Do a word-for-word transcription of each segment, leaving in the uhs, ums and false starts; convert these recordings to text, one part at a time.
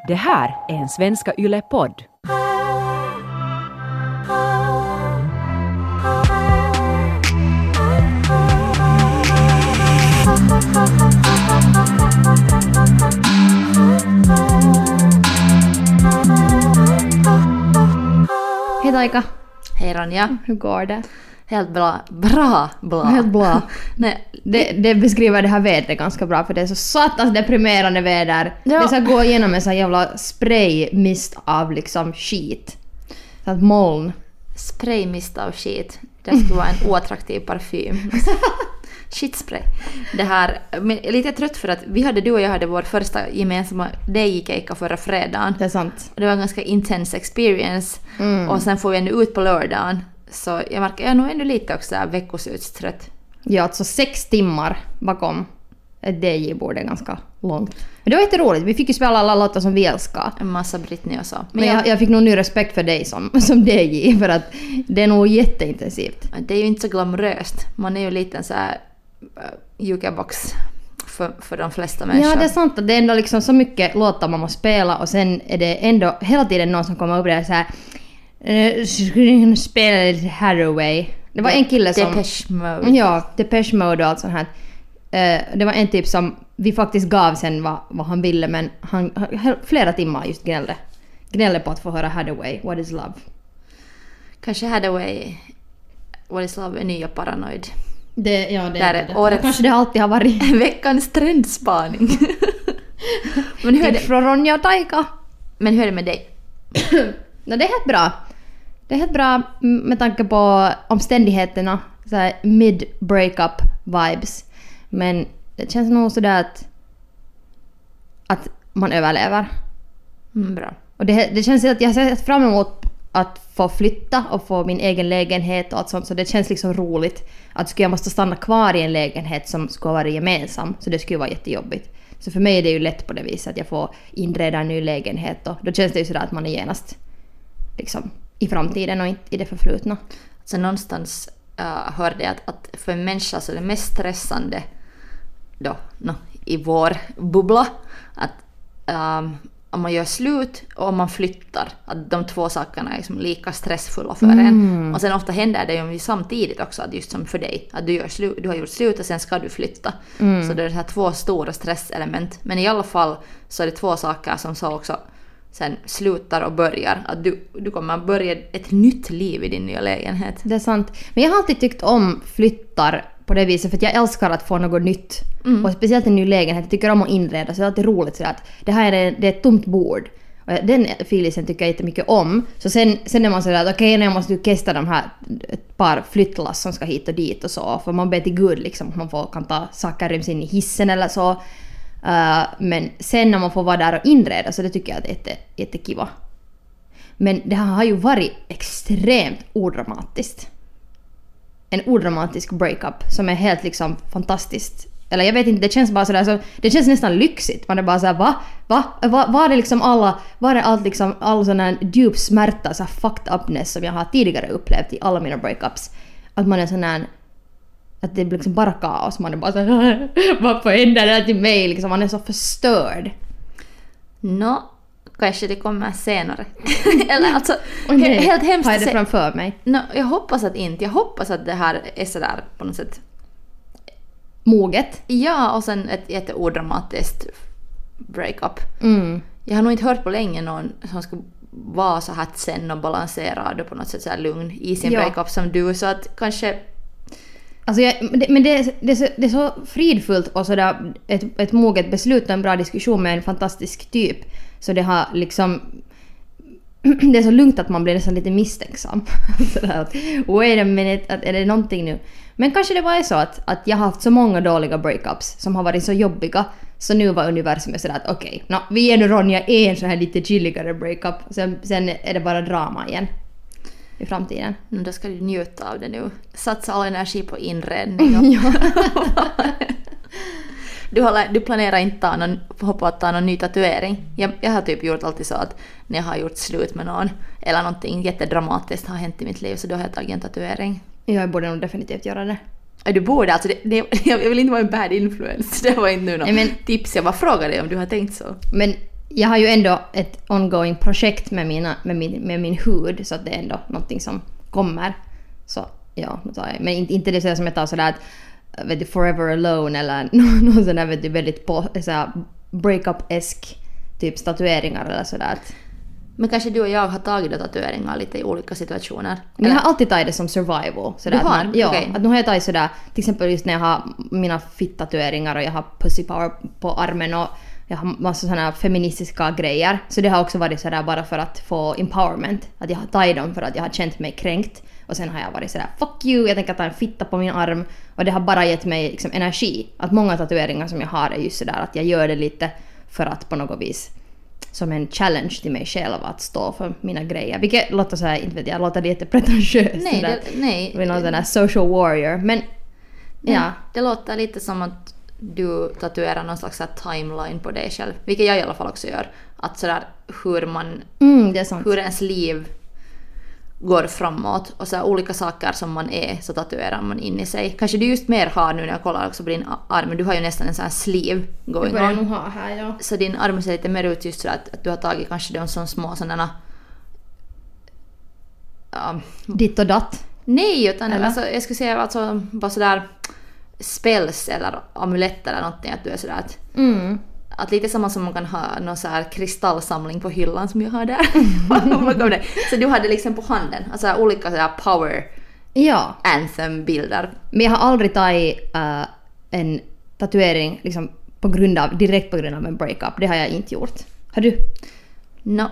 Det här är en Svenska Yle-podd. Hej Taika. Hej Ronja. Hur går det? Helt bra. Bra. bra. Helt bra. Nej, det, det beskriver det här vädret ganska bra, för det är så satans deprimerande väder. Ja. Det ska gå igenom en sån jävla spraymist av liksom skit. Så att moln. spraymist av skit. Det skulle vara en oattraktiv parfym. Shitspray. Det här, men jag är lite trött för att vi hade, du och jag hade vår första gemensamma D J-kejka förra fredagen. Det är sant. Det var en ganska intense experience. Mm. Och sen får vi ännu ut på lördagen. Så jag märker, jag är nog ännu lite också veckoslutstrött. Ja, alltså sex timmar bakom ett D J-bord är ganska långt. Men det var jätteroligt. Vi fick ju spela alla låtar som vi älskar. En massa Britney och så. Men, Men jag, jag, jag fick nog ny respekt för dig som, som D J, för att det är nog jätteintensivt. det är ju inte så glamoröst. Man är ju lite en så här uh, jukebox för, för de flesta människor. Ja, det är sant att det är ändå liksom så mycket låtar man måste spela, och sen är det ändå hela tiden någon som kommer upp där så här uh, skulle kunna spela lite Hathaway. Det var en kille som... Depeche Mode. Ja, Depeche Mode och allt sånt här. Uh, det var en typ som vi faktiskt gav sen vad, vad han ville, men han, han flera timmar just gnällde. Gnällde på att få höra Hathaway, What is Love. Kanske Hathaway, What is Love är nya Paranoid. Det, ja, det Där är är det. årets- Kanske det alltid har varit. Veckans trendspaning. men, hur är Tips det, från Ronja och Taika. men hur är det med dig? No, det är helt bra. Det är helt bra med tanke på omständigheterna. Så här mid-breakup vibes. Men det känns nog sådär att, att man överlever. Mm, bra. Och det, det känns att jag har sett fram emot att få flytta och få min egen lägenhet och allt sånt. Så det känns liksom roligt att skulle jag måste stanna kvar i en lägenhet som skulle vara gemensam. Så det skulle vara jättejobbigt. Så för mig är det ju lätt på det viset att jag får inreda en ny lägenhet. Och då känns det ju sådär att man är genast liksom i framtiden och inte i det förflutna. Så någonstans uh, hörde jag att, att för en människa så är det mest stressande då, no, i vår bubbla att um, om man gör slut och om man flyttar, att de två sakerna är liksom lika stressfulla för Mm. en. Och sen ofta händer det ju samtidigt också, att just som för dig, att du, gör slu- du har gjort slut och sen ska du flytta. Mm. Så det är det här två stora stresselement. Men i alla fall så är det två saker som så också sen slutar och börjar. Att du, du kommer att börja ett nytt liv i din nya lägenhet. Det är sant. Men jag har alltid tyckt om flyttar på det viset, för att jag älskar att få något nytt. Mm. Och speciellt en ny lägenhet. Jag tycker om att inreda, så det är alltid roligt så att det här är, det är ett tomt bord. Och den filisen tycker jag jättemycket om. Så sen, sen är man sådär att okej, okay, jag måste ju kasta de här ett par flyttlass som ska hit och dit och så. För man ber till Gud liksom att man får, kan ta saker ryms in i hissen eller så. Uh, men sen när man får vara där och inreda, så det tycker jag att det är jätte, jättekiva. Men det här har ju varit extremt odramatiskt. En odramatisk breakup som är helt liksom fantastiskt. Eller jag vet inte, det känns bara sådär, så det känns nästan lyxigt. Man är bara såhär, va? Va? Va? Var det liksom alla, var det allt liksom, all sån här djup smärta, så här fucked upness som jag har tidigare upplevt i alla mina breakups. Att man är sån här, att det blir liksom bara kaos. Man är bara såhär, varför händer det här till mig? Liksom, man är så förstörd. Nå, kanske det kommer senare. Eller alltså, Och nej, helt hemskt har jag att det se- framför mig. No, jag hoppas att inte. Jag hoppas att det här är sådär på något sätt. Moget. Ja, och sen ett jätteodramatiskt breakup. Mm. Jag har nog inte hört på länge någon som ska vara så här sen och balanserad och på något sätt så här lugn i sin Ja. breakup som du. Så att kanske... Alltså jag, men det, men det, är, det, är så, det är så fridfullt och sådär ett, ett moget beslut och en bra diskussion med en fantastisk typ. Så det har liksom... Det är så lugnt att man blir nästan lite misstänksam. Sådär att, wait a minute, att, är det någonting nu? Men kanske det var så att, att jag har haft så många dåliga breakups som har varit så jobbiga. Så nu var universum sådär att okej, okay, no, vi är nu Ronja en så här lite chilligare breakup. Sen, sen är det bara drama igen i framtiden. No, då ska du njuta av det nu. Satsa all energi på inredning. Ja. Du, har, du planerar inte ta någon, hoppa att ta någon ny tatuering. Jag, jag har typ gjort alltid så att när jag har gjort slut med någon eller någonting jättedramatiskt har hänt i mitt liv, så då har jag tagit en tatuering. Jag borde nog definitivt göra det. Du borde, alltså det, det, jag vill inte vara en bad influence. Det var inte nu någon Nej, men, tips. Jag bara frågade dig om du har tänkt så. men jag har ju ändå ett ongoing projekt med, mina, med, min, med min hud, så att det är ändå någonting som kommer. Så ja, men inte, inte det så som jag tar sådär att vet du, forever alone eller någon sån där vet du, väldigt på, sådär breakup-esk typ statueringar eller sådär. Men kanske du och jag har tagit då tatueringar lite i olika situationer. Men jag har alltid tagit det som survival. Sådär, du har? Att man, ja, Okay. att nu har jag tagit sådär, till exempel just när jag har mina fit-tatueringar och jag har pussy power på armen och jag har massa sådana feministiska grejer. Så det har också varit sådär bara för att få empowerment. Att jag har tagit dem för att jag har känt mig kränkt. Och sen har jag varit sådär, fuck you, jag tänker ta en fitta på min arm. Och det har bara gett mig liksom energi. Att många tatueringar som jag har är just sådär att jag gör det lite för att på något vis som en challenge till mig själv att stå för mina grejer. Vilket låter såhär, inte vet jag, låter det jättepretentiöst. Nej, det, nej. Med någon sån här social warrior. Men nej, ja. Det låter lite som att du tatuerar någon slags timeline på dig själv. Vilket jag i alla fall också gör. Att sådär hur man, Mm, det är sant. hur ens liv går framåt och så här, olika saker som man är så tatuerar man in i sig. Kanske du just mer har nu när jag kollar också på din arm, men du har ju nästan en sån här sleeve going Det börjar on. nog ha här, ja. Så din arm ser lite mer ut just så att, att du har tagit kanske de sån små sådana um, Ditt och datt. nej, utan Eller? alltså, jag skulle säga alltså bara sådär spells eller amuletter eller någonting, att du är sådär att Mm. Att lite samma som man kan ha någon så här kristallsamling på hyllan som jag har där. Bakom dig. Så du hade liksom på handen, alltså olika så här power Ja. anthem-bilder. Men jag har aldrig tagit uh, en tatuering liksom, på grund av, direkt på grund av en breakup. Det har jag inte gjort. Har du? No.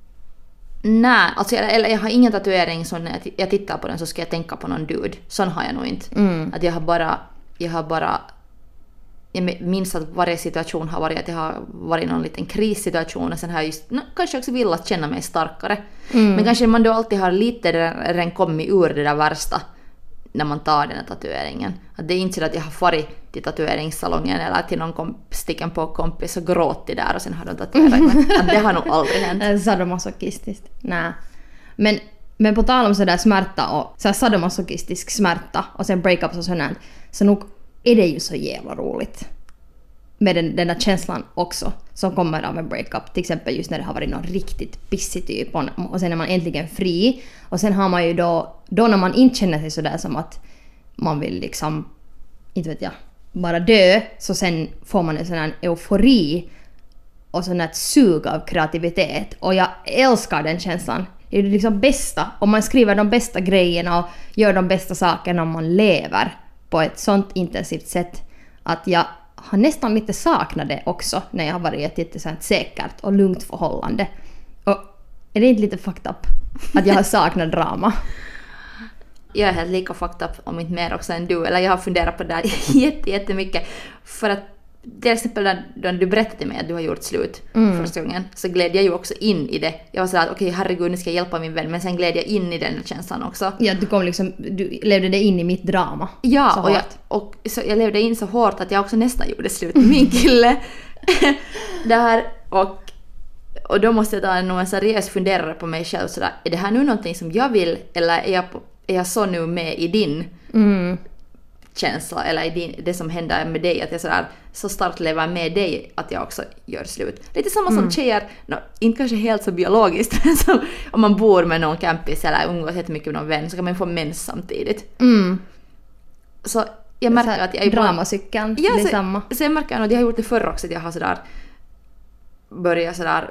Nej, alltså jag, eller jag har ingen tatuering som när jag tittar på den så ska jag tänka på någon dude. Sån har jag nog inte. Mm. Att jag har bara, jag har bara jag minns att varje situation har varit att jag har varit i någon liten krissituation och sen har jag just, no, kanske också velat känna mig starkare. Mm. Men kanske man då alltid har lite redan kommit ur det där värsta när man tar den här tatueringen. Att det är inte så att jag har farit till tatueringssalongen eller till någon komp- sticken på kompis och gråtit där och sen har de tatuerat mig. Att det har nog aldrig hänt. Sadomasochistiskt. Nej. Men, men på tal om sådär smärta och så här sadomasochistisk smärta och sen breakups och sådant, så nog är det ju så jävla roligt med den, den där känslan också som kommer av en breakup. Till exempel just när det har varit någon riktigt pissig typ och, och sen är man äntligen fri och sen har man ju då, då när man inte känner sig sådär som att man vill liksom, inte vet jag, bara dö, så sen får man en sån här eufori och sån här sug av kreativitet och jag älskar den känslan. Det är det liksom bästa, om man skriver de bästa grejerna och gör de bästa sakerna om man lever på ett sånt intensivt sätt att jag har nästan lite saknat det också när jag har varit i ett jättesant säkert och lugnt förhållande. Och är det inte lite fucked up att jag har saknat drama? Jag är helt lika fucked up om inte mer också än du. Eller jag har funderat på det där jätte, jättemycket. För att till exempel när du berättade till mig att du har gjort slut mm. första gången, så gled jag ju också in i det. Jag var så att okej, okay, herregud, nu ska jag hjälpa min vän. Men sen gled jag in i den känslan också. Ja, du kom liksom, du levde det in i mitt drama. Ja, och, jag, och så jag levde in så hårt att jag också nästan gjorde slut med min kille. Där, och, och då måste jag ta en, en seriös funderare på mig själv. Sådär, är det här nu någonting som jag vill? Eller är jag, är jag så nu med i din mm. känsla? Eller i din, det som händer med dig? Att jag sådär, så starkt lever med dig att jag också gör slut. Lite samma som mm. tjejer, no, inte kanske helt så biologiskt, men som, om man bor med någon campis eller umgås jättemycket med någon vän så kan man få mens samtidigt. Mm. Så jag märker att jag... Dramacykeln, ja, det är så, samma. Så jag märker att jag har gjort det förr också, att jag har sådär börjat sådär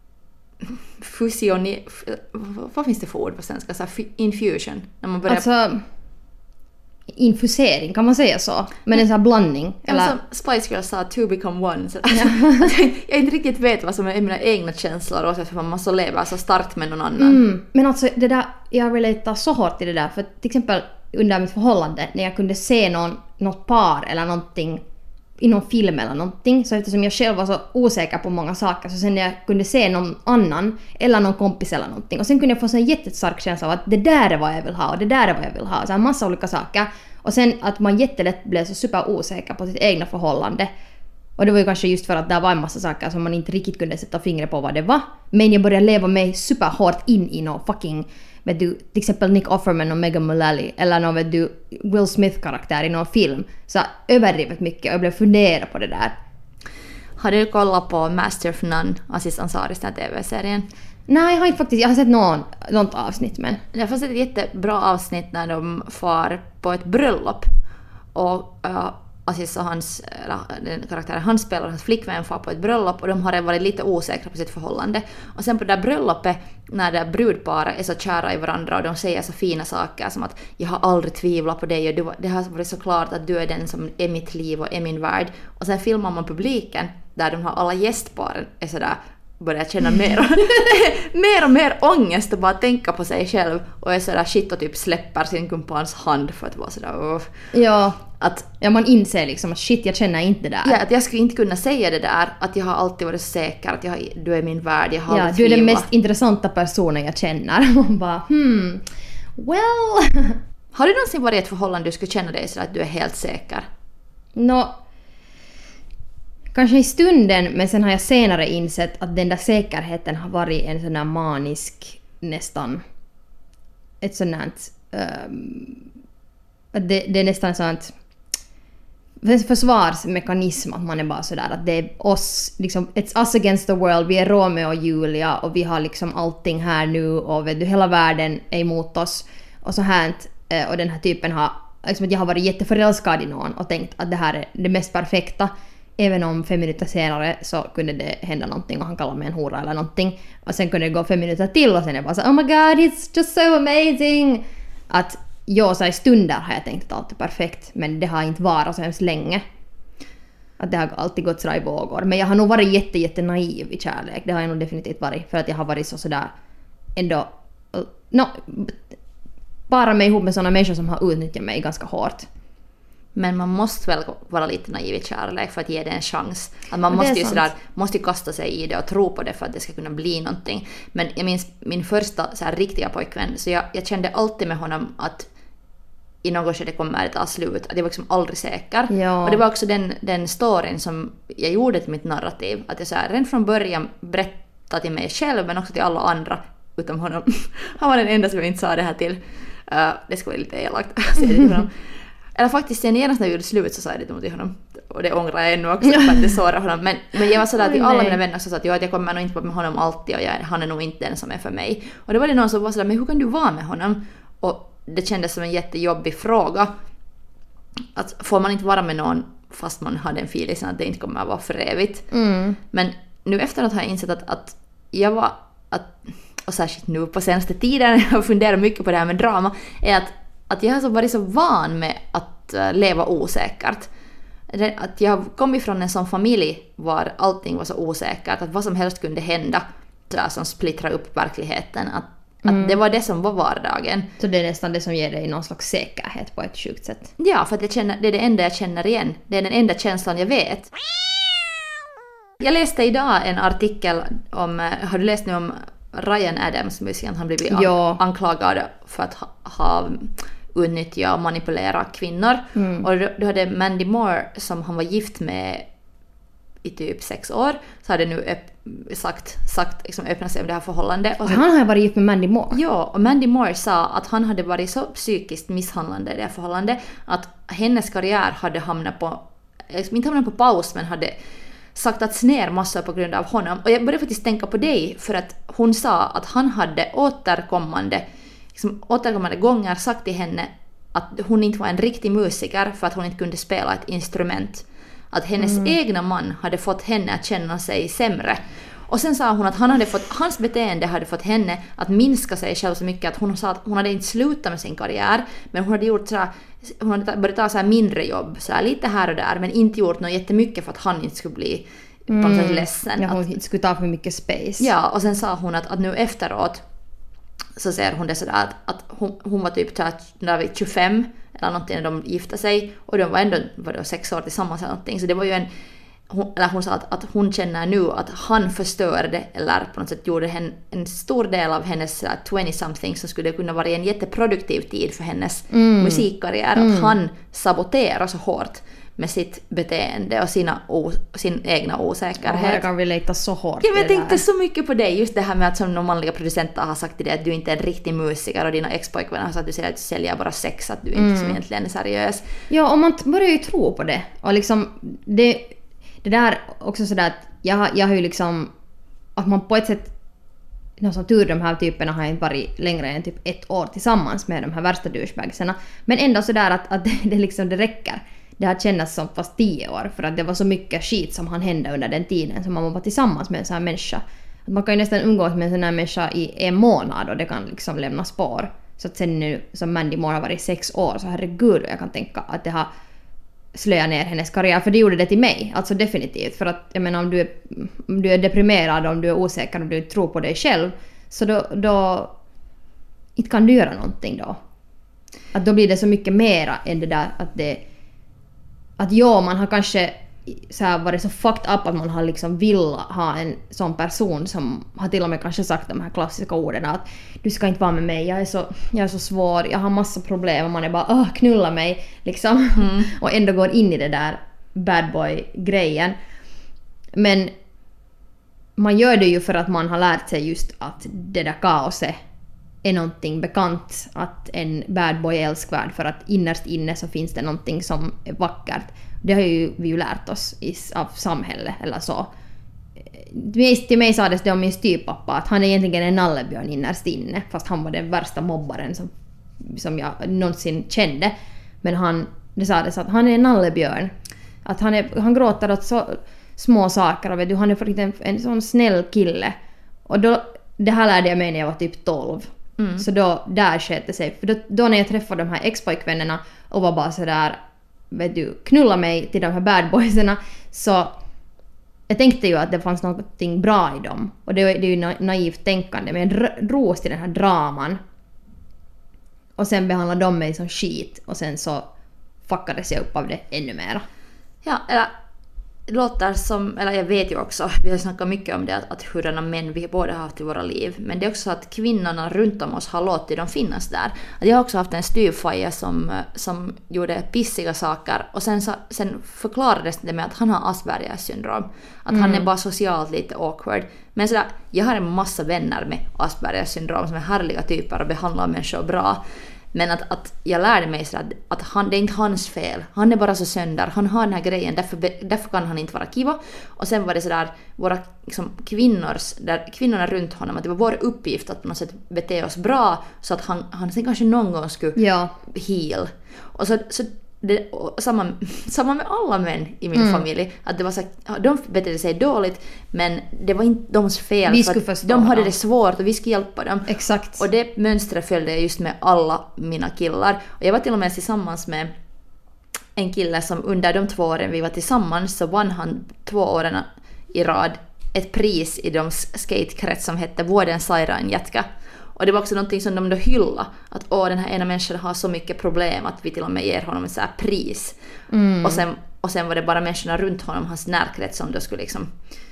fusion i, vad finns det för ord på svenska? Så infusion. När man börjar... Alltså... infusering, kan man säga så? Men en sån här blandning. Ja, eller... som Spice Girls sa, two become one. Så, alltså, jag inte riktigt vet vad som är mina egna känslor och så man måste leva så starkt med någon annan. Mm. Men alltså, det där, jag relaterar så hårt till det där. För till exempel under mitt förhållande, när jag kunde se någon, något par eller någonting i någon film eller någonting, så eftersom jag själv var så osäker på många saker, så sen när jag kunde se någon annan eller någon kompis eller någonting, och sen kunde jag få en jättestark känsla av att det där är vad jag vill ha och det där är vad jag vill ha, så en massa olika saker, och sen att man jättelätt blev så super osäker på sitt egna förhållande. Och det var ju kanske just för att det var en massa saker som man inte riktigt kunde sätta fingret på vad det var, men jag började leva mig superhårt in i någon fucking, vet du, till exempel Nick Offerman och Megan Mullally eller någon, vet du, Will Smith-karaktär i någon film, så överdrivet mycket, och jag blev fundera på det där. Har du kollat på Master of None, Aziz Ansaris, den här tv-serien? Nej, jag har inte faktiskt, jag har sett någon, något avsnitt men... Det har faktiskt ett jättebra avsnitt när de far på ett bröllop. Och uh, Aziz och hans, den karaktären han spelar och hans flickvän far på ett bröllop och de har varit lite osäkra på sitt förhållande. Och sen på det där bröllopet, när det brudparet är så kära i varandra och de säger så fina saker som att jag har aldrig tvivlat på dig och du, det har varit så klart att du är den som är mitt liv och är min värld. Och sen filmar man publiken där de har alla gästparen är sådär börjar känna mer och, mer och mer ångest och bara tänka på sig själv och är sådär shit och typ släpper sin kumpans hand för att vara sådär uh. Ja, att, ja, man inser liksom att shit, jag känner inte det där. Ja, att jag skulle inte kunna säga det där att jag har alltid varit säker, att jag har, du är min värld, jag har ja, aldrig du är den tvivlat. mest intressanta personen jag känner. Man bara, hmm, well... Har du någonsin varit i ett förhållande du skulle känna dig så att du är helt säker? Nå, kanske i stunden, men sen har jag senare insett att den där säkerheten har varit en sån där manisk, nästan ett sånt här, um, det, det är nästan sånt försvarsmekanism att man är bara sådär att det är oss, liksom, it's us against the world, vi är Romeo och Julia och vi har liksom allting här nu och vet du, hela världen är emot oss och så här, och den här typen har, liksom att jag har varit jätteförälskad i någon och tänkt att det här är det mest perfekta. Även om fem minuter senare så kunde det hända någonting och han kallade mig en hora eller någonting. Och sen kunde det gå fem minuter till och sen är jag bara så, oh my god, it's just so amazing. Att jag så i stunder har jag tänkt att allt är perfekt, men det har inte varit så hemskt länge. Att det har alltid gått sådär i vågor. Men jag har nog varit jätte, jätte naiv i kärlek. Det har jag nog definitivt varit. För att jag har varit så sådär ändå... No, bara mig ihop med sådana människor som har utnyttjat mig ganska hårt. Men man måste väl vara lite naiv i kärlek för att ge det en chans. Att man måste ju, sådär, måste ju kasta sig i det och tro på det för att det ska kunna bli någonting. Men jag minns min första så här, riktiga pojkvän, så jag, jag kände alltid med honom att i något skede kommer det ta slut. Att jag var liksom aldrig säker. Ja. Och det var också den, den storyn som jag gjorde till mitt narrativ. Att jag så här, redan från början berättade till mig själv men också till alla andra utom honom. Han var den enda som jag inte sa det här till. Uh, det ska vara lite elakt att säga det till honom. Eller faktiskt sen genast när vi gjorde slut så sa jag det till honom. Och det ångrar jag ännu också för att det sårar honom. Men, men jag var sådär till alla mina vänner så att jag, att jag kommer nog inte vara med honom alltid och jag, han är nog inte den som är för mig. Och det var det någon som var sådär, men hur kan du vara med honom? Och det kändes som en jättejobbig fråga. Att får man inte vara med någon fast man hade en feeling att det inte kommer att vara för evigt. Mm. Men nu efteråt har jag insett att, att jag var, att, och särskilt nu på senaste tiden, jag funderar mycket på det här med drama, är att Att jag har så varit så van med att leva osäkert. Att jag kom ifrån en sån familj var allting var så osäkert. Att vad som helst kunde hända sådär, som splittrar upp verkligheten. Att, mm. att det var det som var vardagen. Så det är nästan det som ger dig någon slags säkerhet på ett sjukt sätt. Ja, för att jag känner, det är det enda jag känner igen. Det är den enda känslan jag vet. Jag läste idag en artikel om, har du läst nu om Ryan Adams, han blev ja. anklagad för att ha, ha utnyttja och manipulera kvinnor. Mm. Och du hade Mandy Moore som han var gift med i typ sex år, så hade nu öpp- sagt, sagt liksom öppnat sig om det här förhållandet. Och så, han har varit gift med Mandy Moore? Ja, och Mandy Moore sa att han hade varit så psykiskt misshandlande i det här förhållandet att hennes karriär hade hamnat på, inte hamnat på paus, men hade sagt att ner massor på grund av honom. Och jag började faktiskt tänka på dig för att hon sa att han hade återkommande liksom återkommande gånger sagt till henne att hon inte var en riktig musiker för att hon inte kunde spela ett instrument. Att hennes mm. egna man hade fått henne att känna sig sämre. Och sen sa hon att han hade fått, hans beteende hade fått henne att minska sig själv så mycket att hon sa att hon hade inte slutat med sin karriär, men hon hade gjort så här, hon hade börjat ta så här mindre jobb så här, lite här och där, men inte gjort något jättemycket för att han inte skulle bli på något sätt ledsen. Ja, hon att, skulle ta för mycket space. Ja, och sen sa hon att, att nu efteråt så ser hon det sådär att, att hon, hon var typ där tjugofem eller någonting när de gifte sig och de var ändå var det sex år tillsammans eller någonting, så det var ju en hon, eller hon sa att, att hon känner nu att han förstörde eller på något sätt gjorde en, en stor del av hennes tjugo-something som skulle kunna vara en jätteproduktiv tid för hennes mm. musikkarriär, mm. att han saboterar så hårt med sitt beteende och sina o, sin egna osäkerhet. Jag kan relata så hårt. Ja, jag tänkte så mycket på dig, just det här med att som de manliga producenter har sagt till dig att du inte är en riktig musiker och dina ex-pojkvänner har sagt att du säger att du säljer bara sex, att du inte mm. som egentligen är seriös. Ja, och man börjar ju tro på det. Och liksom, det det där också sådär att jag, har- jag har ju liksom, att man på ett sätt, någon som tur de här typerna har inte varit längre än typ ett år tillsammans med de här värsta douchebagsarna. Men ändå sådär att, att det, det liksom det räcker. Det har känts som fast tio år för att det var så mycket skit som han hände under den tiden som man var tillsammans med en sån här människa. Att man kan ju nästan umgås med en sån här människa i en månad och det kan liksom lämna spår. Så att sen nu som Mandy Moore har varit sex år så herregud jag kan tänka att det har slöja ner hennes karriär, för det gjorde det till mig, alltså definitivt, för att jag menar om du är, om du är deprimerad, om du är osäker, om du inte tror på dig själv, så då, då inte kan du göra någonting då. Att då blir det så mycket mera än det där att det, att ja, man har kanske så här varit så fucked up att man har liksom vill ha en sån person som har till och med kanske sagt de här klassiska orden att du ska inte vara med mig, jag är så, jag är så svår, jag har massa problem och man är bara åh, knulla mig liksom mm. och ändå går in i det där bad boy grejen. Men man gör det ju för att man har lärt sig just att det där kaoset är någonting bekant, att en bad boy är älskvärd för att innerst inne så finns det någonting som är vackert. Det har ju vi ju lärt oss i, av samhället eller så. Till mig sades det om min styvpappa att han är egentligen en nallebjörn innerst inne, fast han var den värsta mobbaren som, som jag någonsin kände. Men han, det sades att han är en nallebjörn. Att han, är, han gråter åt så små saker och vet du, han är faktiskt en, en sån snäll kille. Och då, det här lärde jag mig när jag var typ tolv. Mm. Så då, där skedde det sig. För då, då när jag träffade de här ex-pojkvännerna och var bara sådär, vet du, knulla mig till de här bad boysarna, så jag tänkte ju att det fanns någonting bra i dem. Och det, det är ju naivt tänkande, men jag drogs till den här draman. Och sen behandlade de mig som skit och sen så fuckades jag upp av det ännu mer. Ja, eller det låter som, eller jag vet ju också, vi har snackat mycket om det, att, att hurdana män vi båda har haft i våra liv, men det är också att kvinnorna runt om oss har låtit dem finnas där. Att jag har också haft en styvfaja som, som gjorde pissiga saker och sen, sen förklarades det med att han har Aspergers syndrom, att mm. han är bara socialt lite awkward. Men sådär, jag har en massa vänner med Aspergers syndrom som är härliga typer och behandlar människor bra. Men att, att jag lärde mig så att, att han, det är inte hans fel. Han är bara så sönder. Han har den här grejen. Därför, därför kan han inte vara kiva. Och sen var det så där våra liksom, kvinnors, där, kvinnorna runt honom. Att det var vår uppgift att på något sätt bete oss bra. Så att han, han sen kanske någon gång skulle ja. heal. Och så, så det, och samma, samma med alla män i min mm. familj. Att det var så, de betedde sig dåligt. Men det var inte deras fel. Vi skulle förstå de hade dem. Det svårt och vi skulle hjälpa dem. Exakt. Och det mönstret följde jag just med alla mina killar. Och jag var till och med tillsammans med en kille som under de två åren vi var tillsammans så vann han två åren i rad ett pris i de skatekrets som hette Vuoden sairaan jätkä. Och det var också någonting som de då hyllade. Att åh, den här ena människan har så mycket problem att vi till och med ger honom ett så här pris. Mm. Och, sen, och sen var det bara människorna runt honom, hans närkrets, som då skulle liksom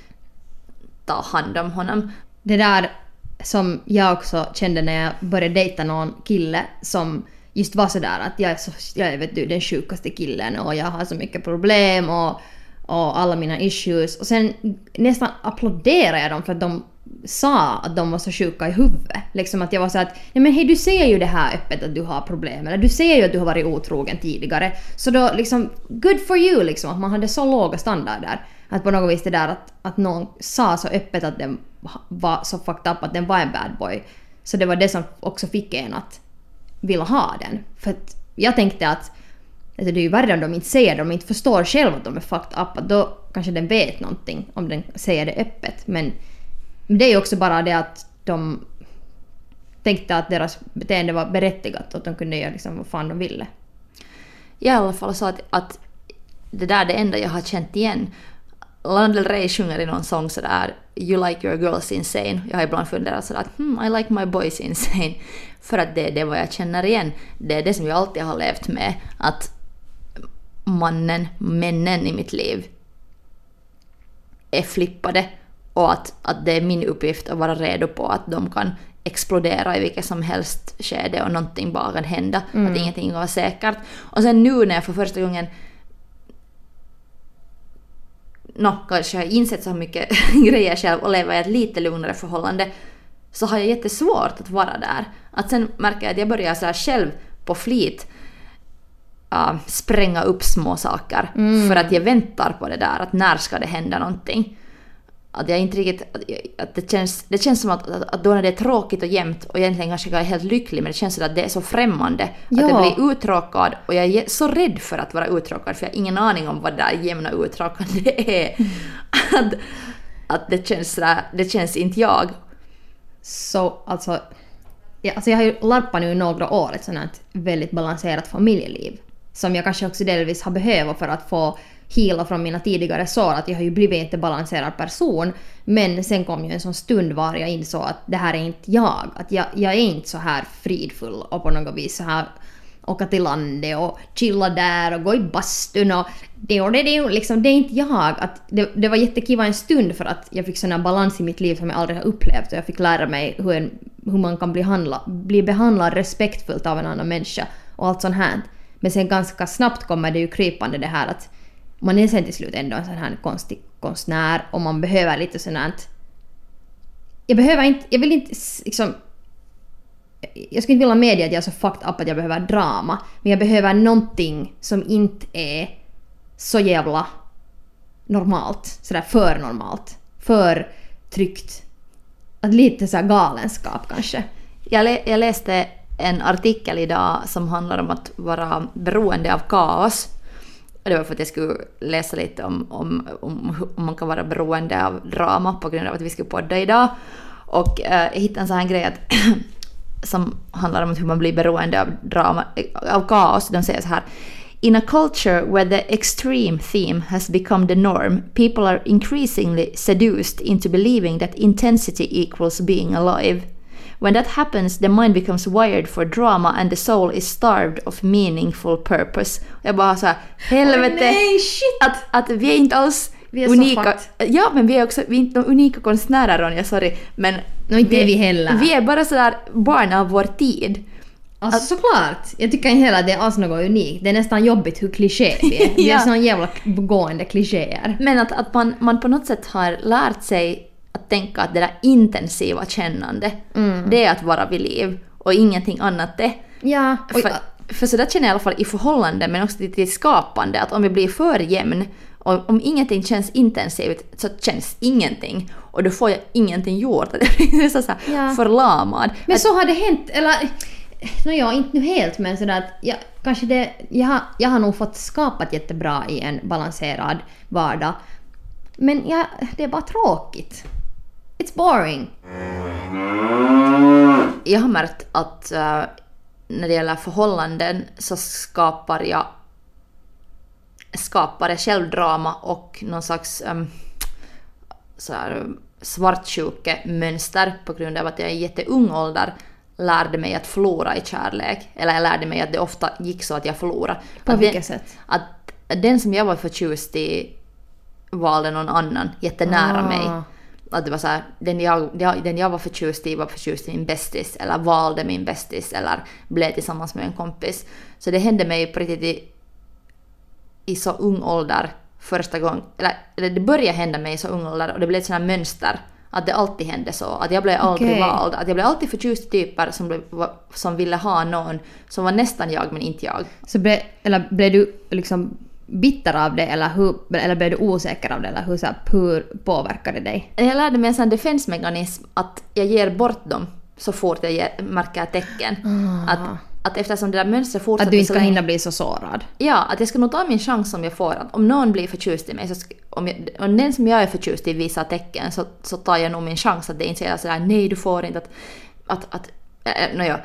ta hand om honom. Det där som jag också kände när jag började dejta någon kille som just var sådär att jag är, så, jag är vet du, den sjukaste killen och jag har så mycket problem och, och alla mina issues. Och sen nästan applåderade jag dem för att de sa att de var så sjuka i huvudet. Liksom att jag var så att, nej men hej, du ser ju det här öppet att du har problem. Eller du ser ju att du har varit otrogen tidigare. Så då liksom, good for you liksom. Att man hade så låga standarder. Att på något vis det där att, att någon sa så öppet att den var så fucked up att den var en bad boy. Så det var det som också fick en att vilja ha den. För att jag tänkte att alltså det är ju värre om de inte säger det, om de inte förstår själv att de är fucked up. Att då kanske den vet någonting om den säger det öppet. Men det är ju också bara det att de tänkte att deras beteende var berättigat och att de kunde göra liksom vad fan de ville. I alla fall så att, att det där är det enda jag har känt igen. Lana Del Rey sjunger i någon sång sådär You like your girls insane. Jag har ibland funderat sådär att hmm, I like my boys insane. För att det är det vad jag känner igen. Det är det som jag alltid har levt med. Att mannen, männen i mitt liv är flippade. Och att, att det är min uppgift att vara redo på att de kan explodera i vilket som helst skede och någonting bara kan hända. Mm. Att ingenting var säkert. Och sen nu när jag för första gången no, kanske jag har insett så mycket grejer själv och leva i ett lite lugnare förhållande, så har jag jättesvårt att vara där. Att sen märker jag att jag börjar så här själv på flit uh, spränga upp små saker Mm. för att jag väntar på det där, att när ska det hända någonting. Att jag inte riktigt, att, att det, känns, det känns som att, att, att då när det är tråkigt och jämnt och egentligen kanske jag är helt lycklig, men det känns som att det är så främmande Ja. att jag blir uttråkad och jag är så rädd för att vara uttråkad för jag har ingen aning om vad det där jämna uttråkande är. Mm. att, att det känns sådär, det känns inte jag. Så alltså, ja, alltså jag har ju larpat nu i några år ett sånt här väldigt balanserat familjeliv som jag kanske också delvis har behövt för att få hela från mina tidigare sår, att jag har ju blivit en balanserad person, men sen kom ju en sån stund var jag insåg att det här är inte jag, att jag, jag är inte så här fridfull och på något vis så här åka till landet och chilla där och gå i bastun och det och det, det, liksom, det är inte jag. Att det, det var jättekiva en stund för att jag fick sån här balans i mitt liv som jag aldrig har upplevt och jag fick lära mig hur, en, hur man kan bli, handla, bli behandlad respektfullt av en annan människa och allt sånt här. Men sen ganska snabbt kommer det ju krypande det här att man är sen till slut ändå en sån här konstig konstnär och man behöver lite sånt här. Jag behöver inte, jag vill inte liksom, jag skulle inte vilja medge att jag är så fucked up att jag behöver drama, men jag behöver någonting som inte är så jävla normalt, sådär för normalt, för tryggt, att lite så här galenskap kanske. Jag, lä- jag läste en artikel idag som handlar om att vara beroende av kaos. Och det var för att jag skulle läsa lite om, om, om, om man kan vara beroende av drama på grund av att vi skulle podda idag. Och eh, jag hittade en sån här grej att, som handlar om hur man blir beroende av, drama, av kaos. De säger så här: In a culture where the extreme theme has become the norm, people are increasingly seduced into believing that intensity equals being alive. When that happens, the mind becomes wired for drama and the soul is starved of meaningful purpose. Jag bara så här, helvete, Oh, nej, shit. Att, att vi är inte alls Vi är så unika. fucked. Ja, men vi är också vi är inte unika konstnärer, Ronja, sorry. Men No, inte är vi heller. Vi är bara sådär barn av vår tid. Alltså såklart. Jag tycker inte heller att det är alls något unikt. Det är nästan jobbigt hur kliché vi är. Vi är Ja. såna jävla gående klichéer. Men att, att man, man på något sätt har lärt sig att tänka att det där intensiva kännande, Mm. det är att vara vid liv och ingenting annat det. Ja, och, För, för så där känner jag i alla fall i förhållande, men också till, till skapande, att om jag blir för jämn och om ingenting känns intensivt så känns ingenting och då får jag ingenting gjort. Jag blir så här Ja. förlamad. men Att- så har det hänt, eller no, ja, inte nu helt, men sådär att jag, kanske det, jag, har, jag har nog fått skapat jättebra i en balanserad vardag. Men jag, det är bara tråkigt. It's boring. Jag har märkt att uh, när det gäller förhållanden så skapar jag skapar jag själv drama och någon slags um, så här, svartsjukemönster på grund av att jag i jätteung ålder lärde mig att förlora i kärlek. Eller jag lärde mig att det ofta gick så att jag förlorade. På att vilket den, sätt? Att den som jag var förtjust i valde någon annan jättenära Ah. mig. Att det var så här, den jag, den jag var förtjust i var förtjust i min bästis eller valde min bästis eller blev tillsammans med en kompis. Så det hände mig på riktigt i, i så ung ålder första gången. Eller, eller det började hända mig i så ung ålder och det blev ett sånt här mönster. Att det alltid hände så. Att jag blev aldrig Okej. vald. Att jag blev alltid förtjust i typer som, blev, som ville ha någon som var nästan jag men inte jag. Så ble, eller blev du liksom bitter av det eller, hur, eller blev du osäker av det eller hur, så här, hur påverkade det dig? Jag lärde mig en sån defensmekanism att jag ger bort dem så fort jag ger, märker tecken. Ah. Att, att eftersom det där mönstret fortsätter Att du inte så ska länge- hinna bli så sårad. Ja, att jag ska nog ta min chans som jag får. Att om någon blir förtjust i mig, så sk- om, jag, om den som jag är förtjust i visar tecken så, så tar jag nog min chans att det inte säger sådär nej du får inte att... att, att äh, nåja.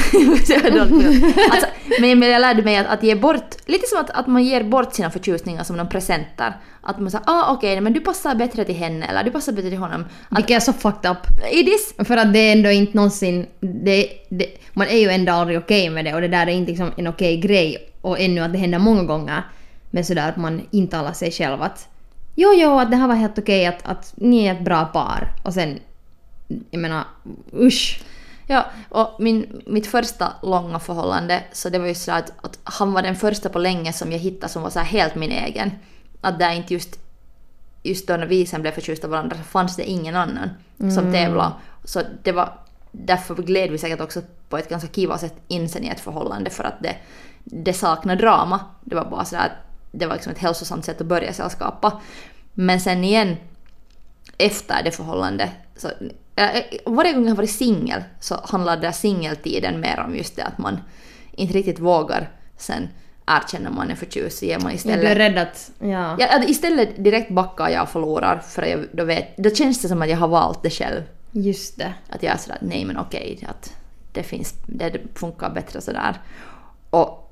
alltså, men, men jag lärde mig att, att ge bort, lite som att, att man ger bort sina förtjusningar som någon presenter. Att man säger, ah okej, okay, men du passar bättre till henne eller du passar bättre till honom. Att, Vilket är så fucked up. it is. För att det är ändå inte någonsin... Det, det, man är ju ändå aldrig okej med det och det där är inte liksom en okej grej. Och ännu att det händer många gånger. Men sådär att man intalar sig själv att jo, jo, att det här var helt okej att, att ni är ett bra par. Och sen, jag menar, usch. Ja, och min, mitt första långa förhållande, så det var ju så att, att han var den första på länge som jag hittade som var så här helt min egen. Att det inte just, just då när vi sen blev förtjusta av varandra så fanns det ingen annan som tävlade. Så det var, därför gled vi säkert också på ett ganska kiva sätt in sen i ett förhållande för att det, det saknar drama. Det var bara så att det var liksom ett hälsosamt sätt att börja sällskapa. Men sen igen, efter det förhållandet, så, äh, varje gång jag har varit singel så handlar det singeltiden mer om just det att man inte riktigt vågar sen erkänna man är förtjust, så ger man istället... Du är rädd att... Ja. Ja, istället direkt backar jag och förlorar, för jag, då, vet, då känns det som att jag har valt det själv. Just det. Att jag är sådär, nej men okej, att det, finns, det funkar bättre sådär. Och...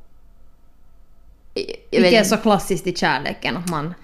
Vilket är så klassiskt i kärleken, att man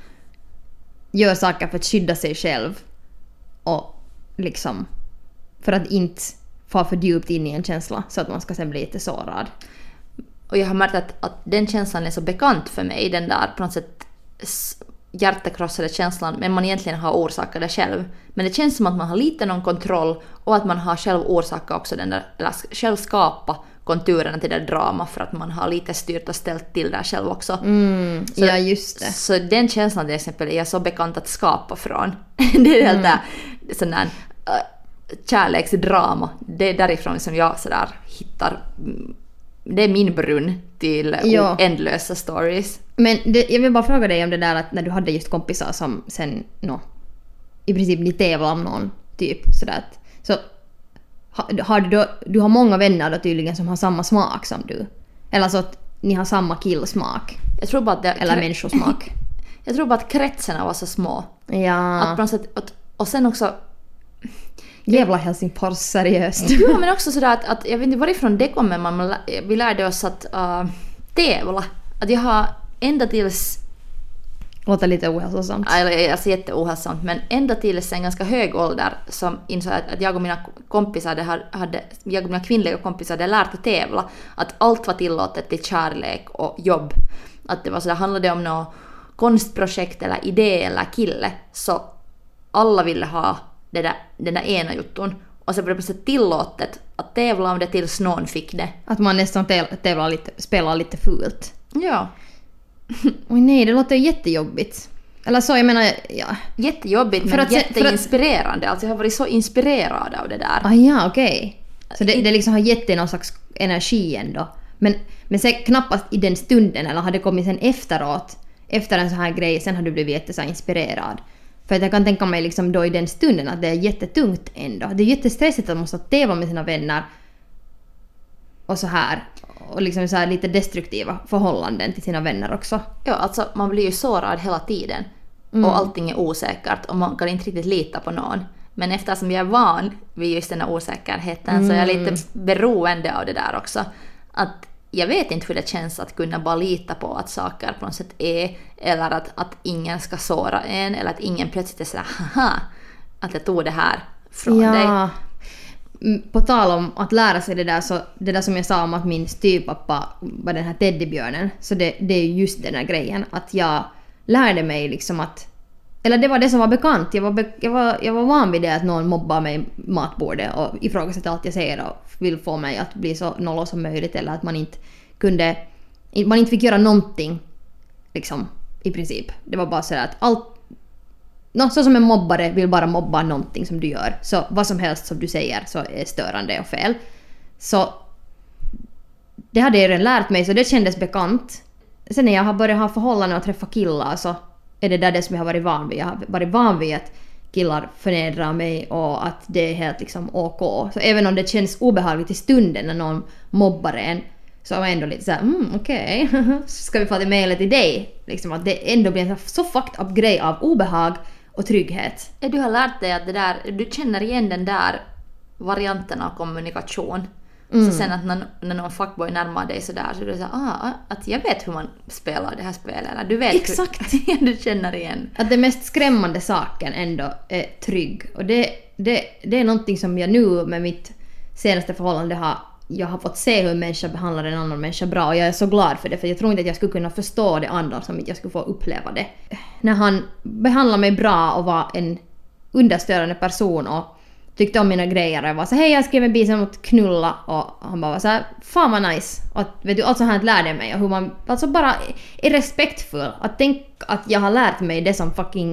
gör saker för att skydda sig själv och liksom för att inte få för djupt in i en känsla så att man ska sen bli lite sårad. Och jag har märkt att, att den känslan är så bekant för mig, den där på något sätt hjärtekrossade känslan, men man egentligen har orsakat det själv. Men det känns som att man har lite någon kontroll och att man har själv orsakat också den där, eller själv skapa konturerna till det drama för att man har lite styrt och ställt till där själv också. Mm, så, ja, just det. Så den känslan till exempel är jag så bekant att skapa från. Det är helt mm. där sån där uh, kärleksdrama. Det är därifrån som jag sådär hittar... Det är min brunn till ja. ändlösa stories. Men det, jag vill bara fråga dig om det där att när du hade just kompisar som sen no, i princip ni tävlar om någon typ sådär att, så har, har du då, du har många vänner då tydligen som har samma smak som du, eller så att ni har samma killsmak. Jag tror bara att det, eller människosmak. Jag tror bara att kretserna var så små. Ja. Att på något sätt, att, och sen också jävla Helsingfors, seriöst. Ja, men också sådär att, att jag vet inte varifrån det kommer, man, vi lärde oss att uh, tävla. Att jag har ända tills... Låter lite ohälsosamt. Alltså jätteohälsosamt, men ända tills en ganska hög ålder som insåg att, att jag och mina kompisar hade, hade, jag och mina kvinnliga kompisar hade lärt att tävla. Att allt var tillåtet till kärlek och jobb. Att det var så där, handlade det om något konstprojekt eller idé eller kille, så alla ville ha det där, den där ena jutton. Och så blev det plötsligt tillåtet att tävla om det tills någon fick det. Att man nästan tävlar lite, spelar lite fult. Ja. Oj nej, det låter jättejobbigt. Eller så, jag menar, ja. Jättejobbigt, men att, jätteinspirerande. Att... Alltså jag har varit så inspirerad av det där. Ah ja, okej. Okay. Så det, det liksom har gett någon slags energi ändå. Men, men sen knappast i den stunden, eller har det kommit sen efteråt, efter en sån här grej, sen har du blivit jätte så inspirerad. För att jag kan tänka mig liksom då i den stunden att det är jättetungt ändå. Det är jättestressigt att man måste tävla med sina vänner och så här. Och liksom så här lite destruktiva förhållanden till sina vänner också. Ja, alltså man blir ju sårad hela tiden. Mm. Och allting är osäkert och man kan inte riktigt lita på någon. Men eftersom jag är van vid just den här osäkerheten mm. så är jag lite beroende av det där också. Att jag vet inte hur det känns att kunna bara lita på att saker på något sätt är, eller att, att ingen ska såra en, eller att ingen plötsligt är sådär, haha, att jag tog det här från ja. dig. På tal om att lära sig det där, så det där som jag sa om att min styvpappa var den här teddybjörnen, så det, det är just den här grejen att jag lärde mig liksom att, eller det var det som var bekant, jag var, be, jag var, jag var van vid det att någon mobbar mig matbordet och ifrågasätter allt jag säger och vill få mig att bli så nollå som möjligt, eller att man inte kunde, man inte fick göra någonting liksom i princip. Det var bara så att allt, no, så som en mobbare vill bara mobba någonting som du gör, så vad som helst som du säger så är störande och fel. Så det hade jag redan lärt mig, så det kändes bekant. Sen när jag har börjat ha förhållanden och träffa killar, så är det där det som jag har varit van vid. Jag har varit van vid att killar förnedrar mig och att det är helt liksom OK. Så även om det känns obehagligt i stunden när någon mobbar en, så är jag ändå lite såhär, mm, okej, okay. Ska vi få det mejlet till dig? Liksom att det ändå blir en så fucked up grej av obehag och trygghet. Ja, du har lärt dig att det där, du känner igen den där varianten av kommunikation. Mm. Så sen att när, när någon fuckboy närmar dig så där, så du säger ah, att jag vet hur man spelar det här spelet. Eller du vet exakt hur du känner igen. Att det mest skrämmande saken ändå är trygg. Och det, det, det är någonting som jag nu med mitt senaste förhållande har, jag har fått se hur en människa behandlar en annan människa bra. Och jag är så glad för det, för jag tror inte att jag skulle kunna förstå det andra som inte jag skulle få uppleva det. När han behandlar mig bra och var en understödande person och tyckte om mina grejer och jag var så hej, jag skrev en bis om att knulla, och han bara var så här, fan vad nice, och att, vet du, allt så här lärde mig och hur man alltså bara är respektfull, att tänk att jag har lärt mig det som fucking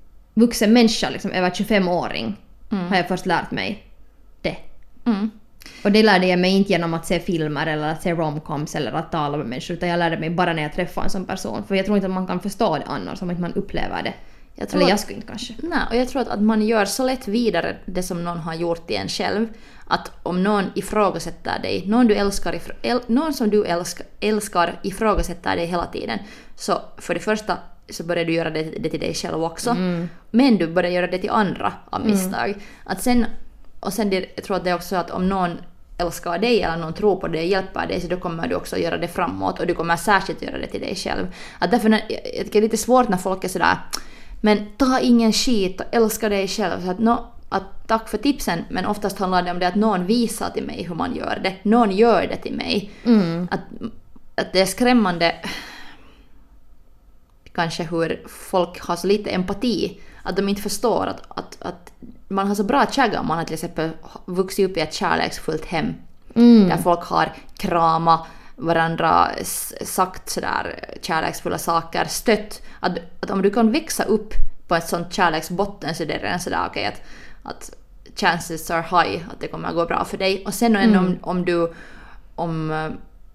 vuxen människa liksom, över tjugofem-åring mm. har jag först lärt mig det. Mm. Och det lärde jag mig inte genom att se filmer eller att se romcoms eller att tala med människor, utan jag lärde mig bara när jag träffade en sån person. För jag tror inte att man kan förstå det annars, om inte man upplever det. Jag tror eller jag att, skulle inte kanske. Nej, och jag tror att, att man gör så lätt vidare det som någon har gjort i en själv. Att om någon ifrågasätter dig, någon, du älskar, ifrå, äl, någon som du älskar, älskar ifrågasätter dig hela tiden. Så för det första så börjar du göra det, det till dig själv också. Mm. Men du börjar göra det till andra av misstag. Mm. Att sen, och sen det, jag tror att det är också att om någon älskar dig eller någon tror på dig och hjälper dig, så då kommer du också göra det framåt och du kommer särskilt göra det till dig själv. Att därför när, jag tycker det är lite svårt när folk är sådär, men ta ingen skit och älska dig själv. Så att, no, att tack för tipsen, men oftast handlar det om det att någon visar till mig hur man gör det. Någon gör det till mig. Mm. Att, att det är skrämmande kanske hur folk har så lite empati. Att de inte förstår att, att, att man har så bra tjagga om man har till exempel vuxit upp i ett kärleksfullt hem. Mm. Där folk har krama varandra, sagt sådär kärleksfulla saker, stött. Att, att om du kan växa upp på ett sånt kärleksbotten, så det är redan sådär okej, okay, att, att chances are high att det kommer att gå bra för dig. Och sen mm. om, om du om,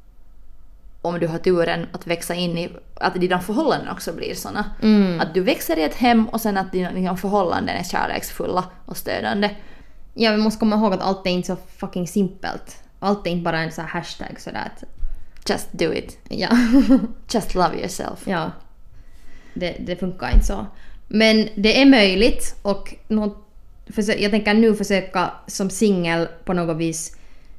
om du har turen att växa in i att dina förhållanden också blir såna. Mm. Att du växer i ett hem och sen att dina, dina förhållanden är kärleksfulla och stödande. Ja, vi måste komma ihåg att allt är inte så fucking simpelt. Allt är inte bara en sån här hashtag sådär att just do it. Ja. Just love yourself. Ja. Det, det funkar inte så. Men det är möjligt, och något, jag tänker nu försöka som singel på något vis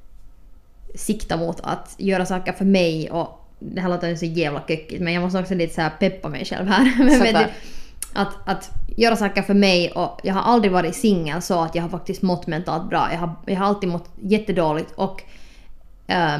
sikta mot att göra saker för mig, och det här låter så jävla köckigt, men jag måste också lite så här peppa mig själv här. Men att, att göra saker för mig, och jag har aldrig varit singel så att jag har faktiskt mått mentalt bra. Jag har, jag har alltid mått jättedåligt och um,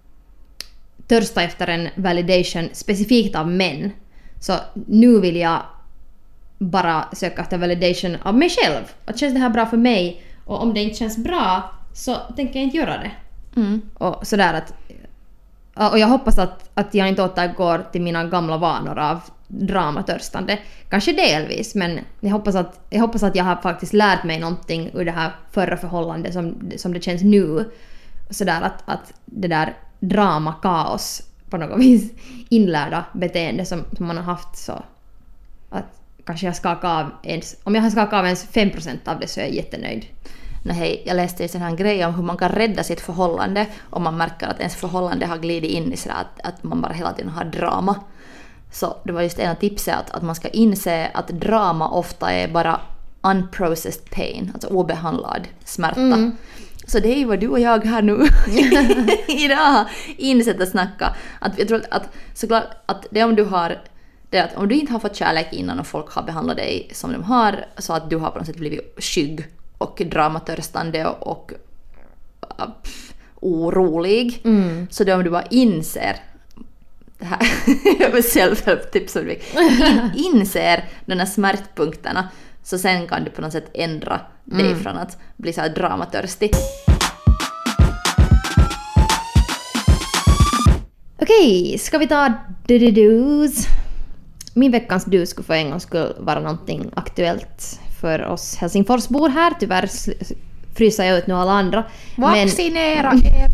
törsta efter en validation specifikt av män. Så nu vill jag bara söka efter validation av mig själv. Att känns det här bra för mig? Och om det inte känns bra så tänker jag inte göra det. Mm. Och sådär att, och jag hoppas att, att jag inte återgår till mina gamla vanor av dramatörstande. Kanske delvis, men jag hoppas att jag hoppas att jag har faktiskt lärt mig någonting ur det här förra förhållandet som, som det känns nu. Sådär att, att det där drama, kaos på något vis inlärda beteende som, som man har haft, så att kanske jag skakar av ens, om jag har skakat av ens fem procent av det så är jag jättenöjd. Nej, hej, jag läste en här grej om hur man kan rädda sitt förhållande om man märker att ens förhållande har glidit in i sådär att, att man bara hela tiden har drama. Så det var just en av tipsen att, att man ska inse att drama ofta är bara unprocessed pain, alltså obehandlad smärta. Mm. Så det är ju vad du och jag här nu idag insett att snacka. Att jag tror att, såklart, att det om du har det att om du inte har fått kärlek innan och folk har behandlat dig som de har, så att du har på något sätt blivit skygg och dramatörstande och, och uh, orolig. Mm. Så då om du bara inser det här self-help tips in, inser de här smärtpunkterna, så sen kan du på något sätt ändra dig mm. från att bli så här dramatörstig. Okej, ska vi ta du-du-dus? Min veckans du skulle för en gång skulle vara någonting aktuellt för oss Helsingforsbor här. Tyvärr fryser jag ut nu alla andra. Vaccinera er!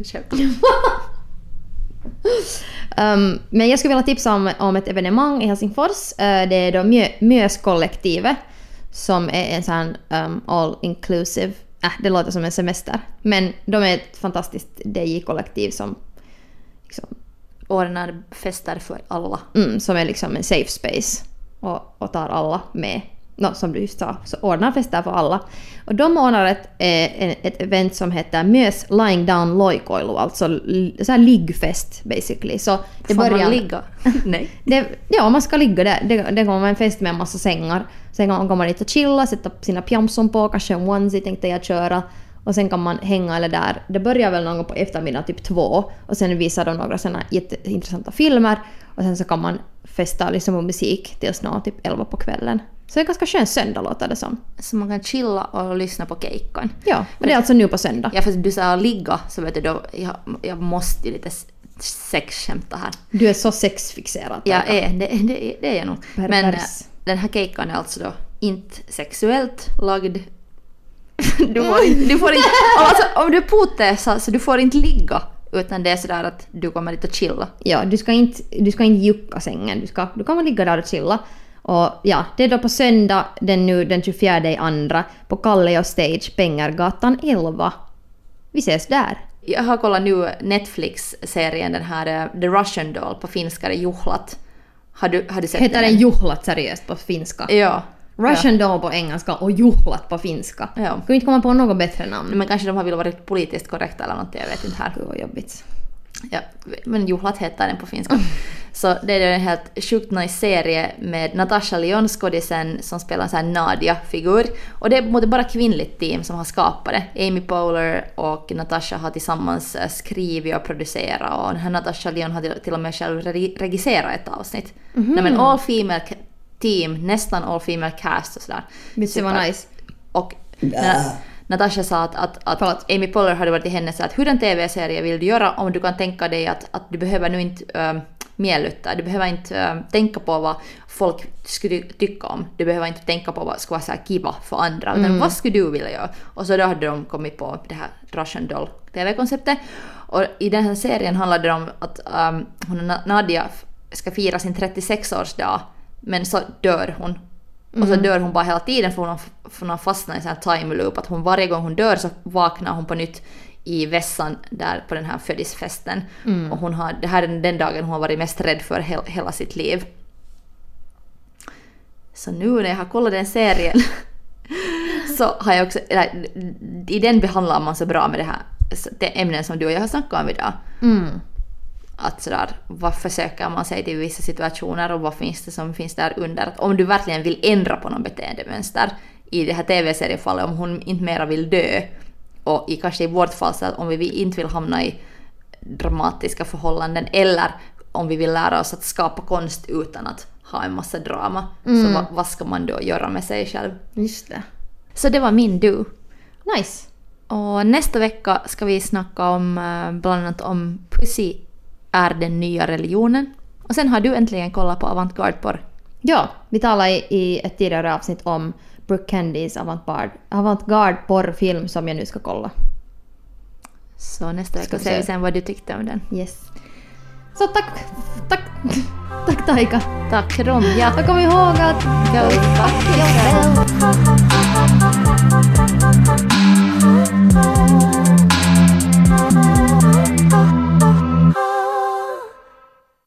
um, men jag skulle vilja tipsa om, om ett evenemang i Helsingfors. Uh, det är då Mö, Mös-kollektivet som är en sån um, all-inclusive. Äh, det låter som en semester. Men de är ett fantastiskt D J-kollektiv som liksom ordnar fester för alla. Mm, som är liksom en safe space och, och tar alla med. No, som du just sa, så ordnar fester för alla. Och de ordnar ett, eh, ett event som heter Mös Lying Down Loikoilu, alltså så här liggfest basically. Så det får börjar, man ligga? Nej. Det, ja, man ska ligga där. Det, det kommer en fest med en massa sängar. Sen kan man komma dit och chilla, sätta sina pyjamson på, kanske en onesie tänkte jag köra. Och sen kan man hänga eller där. Det börjar väl någon gång på eftermiddag, typ två. Och sen visar de några sådana jätteintressanta filmer. Och sen så kan man festa liksom med musik tills nå typ elva på kvällen. Så det är ganska skön söndag låter det som. Så man kan chilla och lyssna på keikan. Ja, och det är alltså nu på söndag. Ja, för du sa ligga, så vet du då, jag, jag måste ju lite sexskämta här. Du är så sexfixerad. Ja, är, det, det, det är jag nog. Pervers. Men den här keikan är alltså då inte sexuellt lagd. Du får inte, du får inte, alltså, om du är påtäsa så du får inte ligga, utan det är sådär att du kommer dit och chilla. Ja, du ska inte, du ska inte jucka sängen. Du, ska, du kan bara ligga där och chilla. Och ja, det är då på söndag den, nu, den tjugofjärde i andra på Kallio Stage, Pengargatan elva. Vi ses där. Jag har kollat nu Netflix-serien, den här uh, The Russian Doll på finska, det Juhlat. Har du, har du sett Heter den juhlat seriöst på finska? Ja. Russian ja. Doll på engelska och juhlat på finska. Ja. Kan vi inte komma på något bättre namn? Men kanske de har velat vara politiskt korrekta eller något, jag vet inte här. Gud vad jobbigt. Ja, men Juhlat heter den på finska. Så det är en helt sjukt nice serie med Natasha Lyonne, skådisen som spelar en sån här Nadia-figur. Och det är bara kvinnligt team som har skapat det. Amy Poehler och Natasha har tillsammans skrivit och producerat. Och den här Natasha Lyonne har till och med själv regisserat ett avsnitt. Mm-hmm. Nej, men all female team, nästan all female cast och sådär. Det var nice. Och när Natasha sa att, att, att Amy Poehler hade varit till henne så att hur en tv-serie vill du göra om du kan tänka dig att, att du behöver nu inte äh, mjällutta, du behöver inte äh, tänka på vad folk skulle tycka om, du behöver inte tänka på vad ska vara så här kiva för andra, utan mm. vad skulle du vilja göra? Och så då hade de kommit på det här Russian Doll tv-konceptet, och i den här serien handlade det om att ähm, hon, Nadia ska fira sin trettiosex-årsdag, men så dör hon. Mm. Och så dör hon bara hela tiden för hon, för hon fastnar i en sån här time loop, att hon varje gång hon dör så vaknar hon på nytt i vässan där på den här födisfesten. Mm. Och hon har, det här är den dagen hon har varit mest rädd för he, hela sitt liv. Så nu när jag har kollat den serien så har jag också, eller, i den behandlar man så bra med det här det ämnen som du och jag har snackat om idag. Mm. Att sådär, vad försöker man sig till vissa situationer och vad finns det som finns där under. Att om du verkligen vill ändra på någon beteendemönster i det här tv-seriefallet, om hon inte mera vill dö, och i kanske i vårt fall så att om vi inte vill hamna i dramatiska förhållanden, eller om vi vill lära oss att skapa konst utan att ha en massa drama, mm. så vad, vad ska man då göra med sig själv? Just det. Så det var min du. Nice. Och nästa vecka ska vi snacka om bland annat om pussy är den nya religionen. Och sen har du äntligen kollat på avantgarde-porr. Ja, vi talade i, i ett tidigare avsnitt om Brooke Candys avantgarde, avantgarde-porrfilm som jag nu ska kolla. Så nästa vecka ser vi sen vad du tyckte om den. Yes. Så tack, tack, tack Taika. Tack Ronja. Och kom ihåg att go fuck yourself.